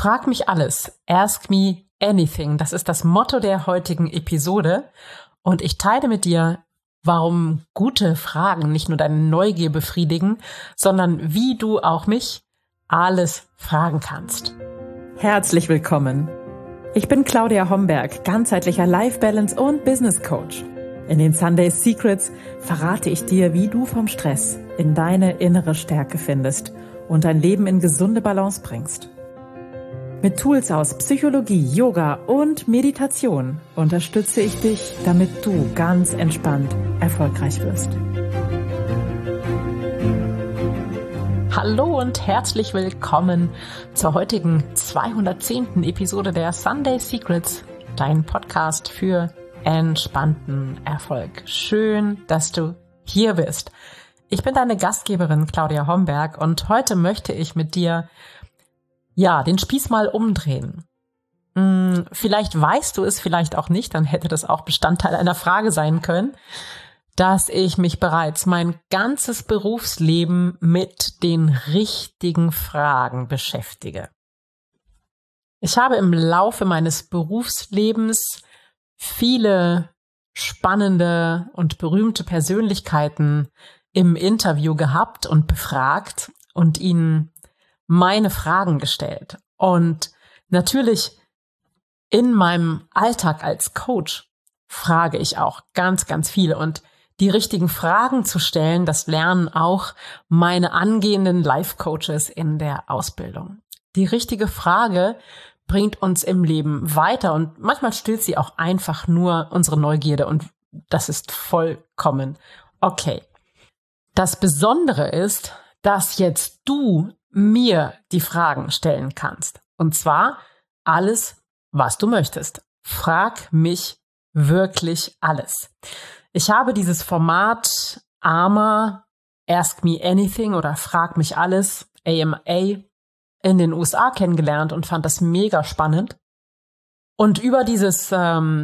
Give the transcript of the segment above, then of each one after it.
Frag mich alles. Ask me anything. Das ist das Motto der heutigen Episode. Und ich teile mit dir, warum gute Fragen nicht nur deine Neugier befriedigen, sondern wie du auch mich alles fragen kannst. Herzlich willkommen. Ich bin Claudia Homberg, ganzheitlicher Life Balance und Business Coach. In den Sunday Secrets verrate ich dir, wie du vom Stress in deine innere Stärke findest und dein Leben in gesunde Balance bringst. Mit Tools aus Psychologie, Yoga und Meditation unterstütze ich dich, damit du ganz entspannt erfolgreich wirst. Hallo und herzlich willkommen zur heutigen 210. Episode der Sunday Secrets, dein Podcast für entspannten Erfolg. Schön, dass du hier bist. Ich bin deine Gastgeberin Claudia Homberg und heute möchte ich mit dir den Spieß mal umdrehen. Vielleicht weißt du es, vielleicht auch nicht, dann hätte das auch Bestandteil einer Frage sein können, dass ich mich bereits mein ganzes Berufsleben mit den richtigen Fragen beschäftige. Ich habe im Laufe meines Berufslebens viele spannende und berühmte Persönlichkeiten im Interview gehabt und befragt und ihnen meine Fragen gestellt. Und natürlich in meinem Alltag als Coach frage ich auch ganz, ganz viele. Und die richtigen Fragen zu stellen, das lernen auch meine angehenden Life-Coaches in der Ausbildung. Die richtige Frage bringt uns im Leben weiter und manchmal stillt sie auch einfach nur unsere Neugierde und das ist vollkommen okay. Das Besondere ist, dass jetzt du mir die Fragen stellen kannst. Und zwar alles, was du möchtest. Frag mich wirklich alles. Ich habe dieses Format AMA, Ask Me Anything oder Frag mich alles, AMA, in den USA kennengelernt und fand das mega spannend. Und über dieses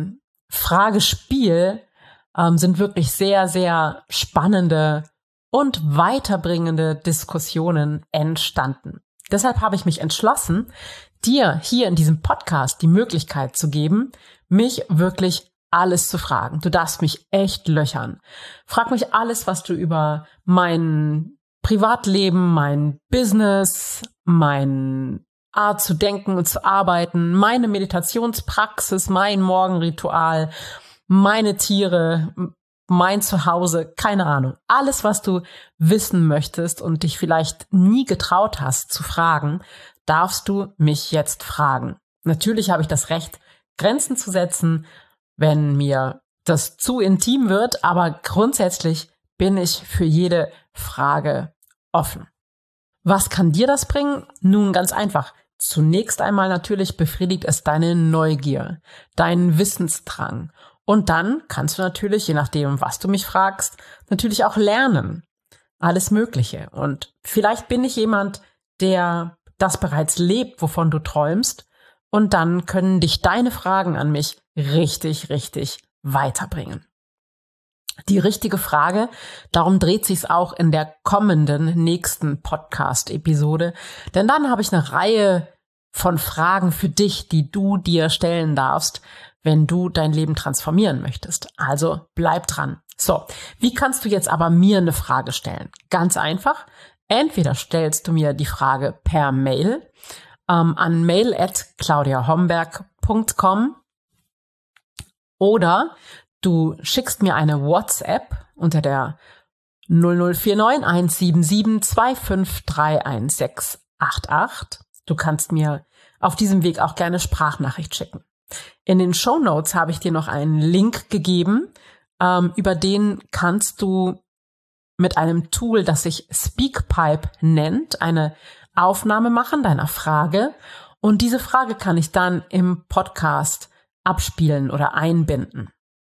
Fragespiel sind wirklich sehr, sehr spannende und weiterbringende Diskussionen entstanden. Deshalb habe ich mich entschlossen, dir hier in diesem Podcast die Möglichkeit zu geben, mich wirklich alles zu fragen. Du darfst mich echt löchern. Frag mich alles, was du über mein Privatleben, mein Business, meine Art zu denken und zu arbeiten, meine Meditationspraxis, mein Morgenritual, meine Tiere, mein Zuhause, keine Ahnung. Alles, was du wissen möchtest und dich vielleicht nie getraut hast zu fragen, darfst du mich jetzt fragen. Natürlich habe ich das Recht, Grenzen zu setzen, wenn mir das zu intim wird, aber grundsätzlich bin ich für jede Frage offen. Was kann dir das bringen? Nun, ganz einfach. Zunächst einmal natürlich befriedigt es deine Neugier, deinen Wissensdrang. Und dann kannst du natürlich, je nachdem, was du mich fragst, natürlich auch lernen. Alles Mögliche. Und vielleicht bin ich jemand, der das bereits lebt, wovon du träumst. Und dann können dich deine Fragen an mich richtig, richtig weiterbringen. Die richtige Frage, darum dreht sich's auch in der kommenden nächsten Podcast-Episode. Denn dann habe ich eine Reihe von Fragen für dich, die du dir stellen darfst, wenn du dein Leben transformieren möchtest. Also bleib dran. So, wie kannst du jetzt aber mir eine Frage stellen? Ganz einfach. Entweder stellst du mir die Frage per Mail an mail@claudiahomberg.com oder du schickst mir eine WhatsApp unter der 0049 177 2531688. Du kannst mir auf diesem Weg auch gerne Sprachnachricht schicken. In den Shownotes habe ich dir noch einen Link gegeben, über den kannst du mit einem Tool, das sich Speakpipe nennt, eine Aufnahme machen deiner Frage und diese Frage kann ich dann im Podcast abspielen oder einbinden.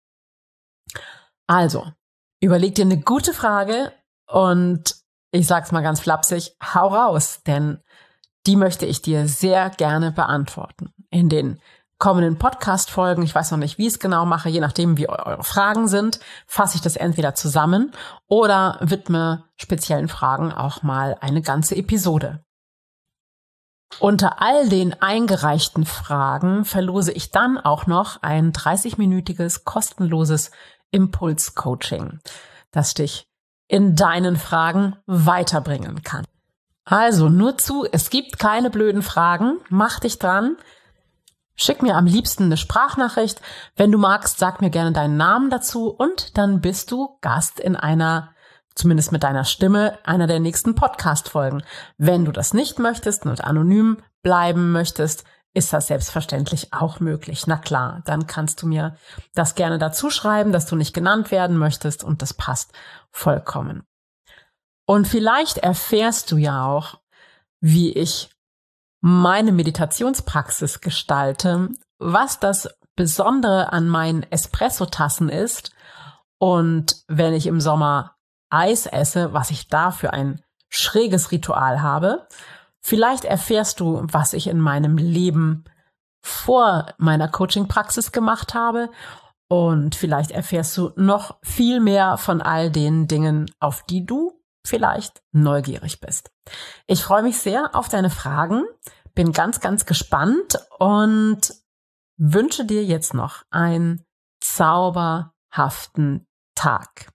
Also, überleg dir eine gute Frage und ich sag's mal ganz flapsig, hau raus, denn die möchte ich dir sehr gerne beantworten. In den kommenden Podcast-Folgen, ich weiß noch nicht, wie ich es genau mache, je nachdem, wie eure Fragen sind, fasse ich das entweder zusammen oder widme speziellen Fragen auch mal eine ganze Episode. Unter all den eingereichten Fragen verlose ich dann auch noch ein 30-minütiges kostenloses Impuls-Coaching, das dich in deinen Fragen weiterbringen kann. Also nur zu, es gibt keine blöden Fragen, mach dich dran. Schick mir am liebsten eine Sprachnachricht. Wenn du magst, sag mir gerne deinen Namen dazu und dann bist du Gast in zumindest mit deiner Stimme, einer der nächsten Podcast-Folgen. Wenn du das nicht möchtest und anonym bleiben möchtest, ist das selbstverständlich auch möglich. Na klar, dann kannst du mir das gerne dazu schreiben, dass du nicht genannt werden möchtest und das passt vollkommen. Und vielleicht erfährst du ja auch, wie ich meine Meditationspraxis gestalte, was das Besondere an meinen Espresso-Tassen ist und wenn ich im Sommer Eis esse, was ich da für ein schräges Ritual habe. Vielleicht erfährst du, was ich in meinem Leben vor meiner Coaching-Praxis gemacht habe und vielleicht erfährst du noch viel mehr von all den Dingen, auf die du vielleicht neugierig bist. Ich freue mich sehr auf deine Fragen, bin ganz, ganz gespannt und wünsche dir jetzt noch einen zauberhaften Tag.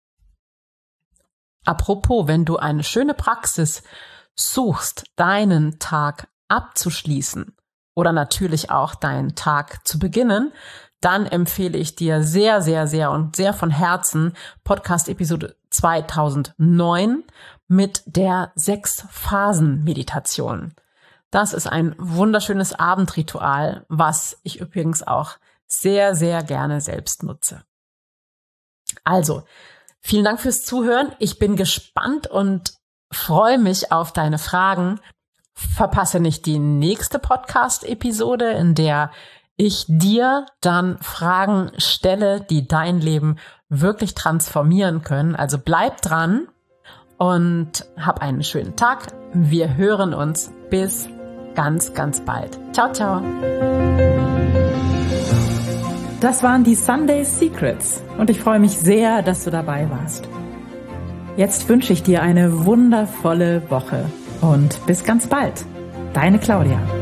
Apropos, wenn du eine schöne Praxis suchst, deinen Tag abzuschließen oder natürlich auch deinen Tag zu beginnen, dann empfehle ich dir sehr, sehr, sehr und sehr von Herzen Podcast-Episode 2009 mit der 6-Phasen-Meditation. Das ist ein wunderschönes Abendritual, was ich übrigens auch sehr, sehr gerne selbst nutze. Also, vielen Dank fürs Zuhören. Ich bin gespannt und freue mich auf deine Fragen. Verpasse nicht die nächste Podcast-Episode, in der ich dir dann Fragen stelle, die dein Leben wirklich transformieren können. Also bleib dran und hab einen schönen Tag. Wir hören uns. Bis ganz, ganz bald. Ciao, ciao. Das waren die Sunday Secrets und ich freue mich sehr, dass du dabei warst. Jetzt wünsche ich dir eine wundervolle Woche und bis ganz bald. Deine Claudia.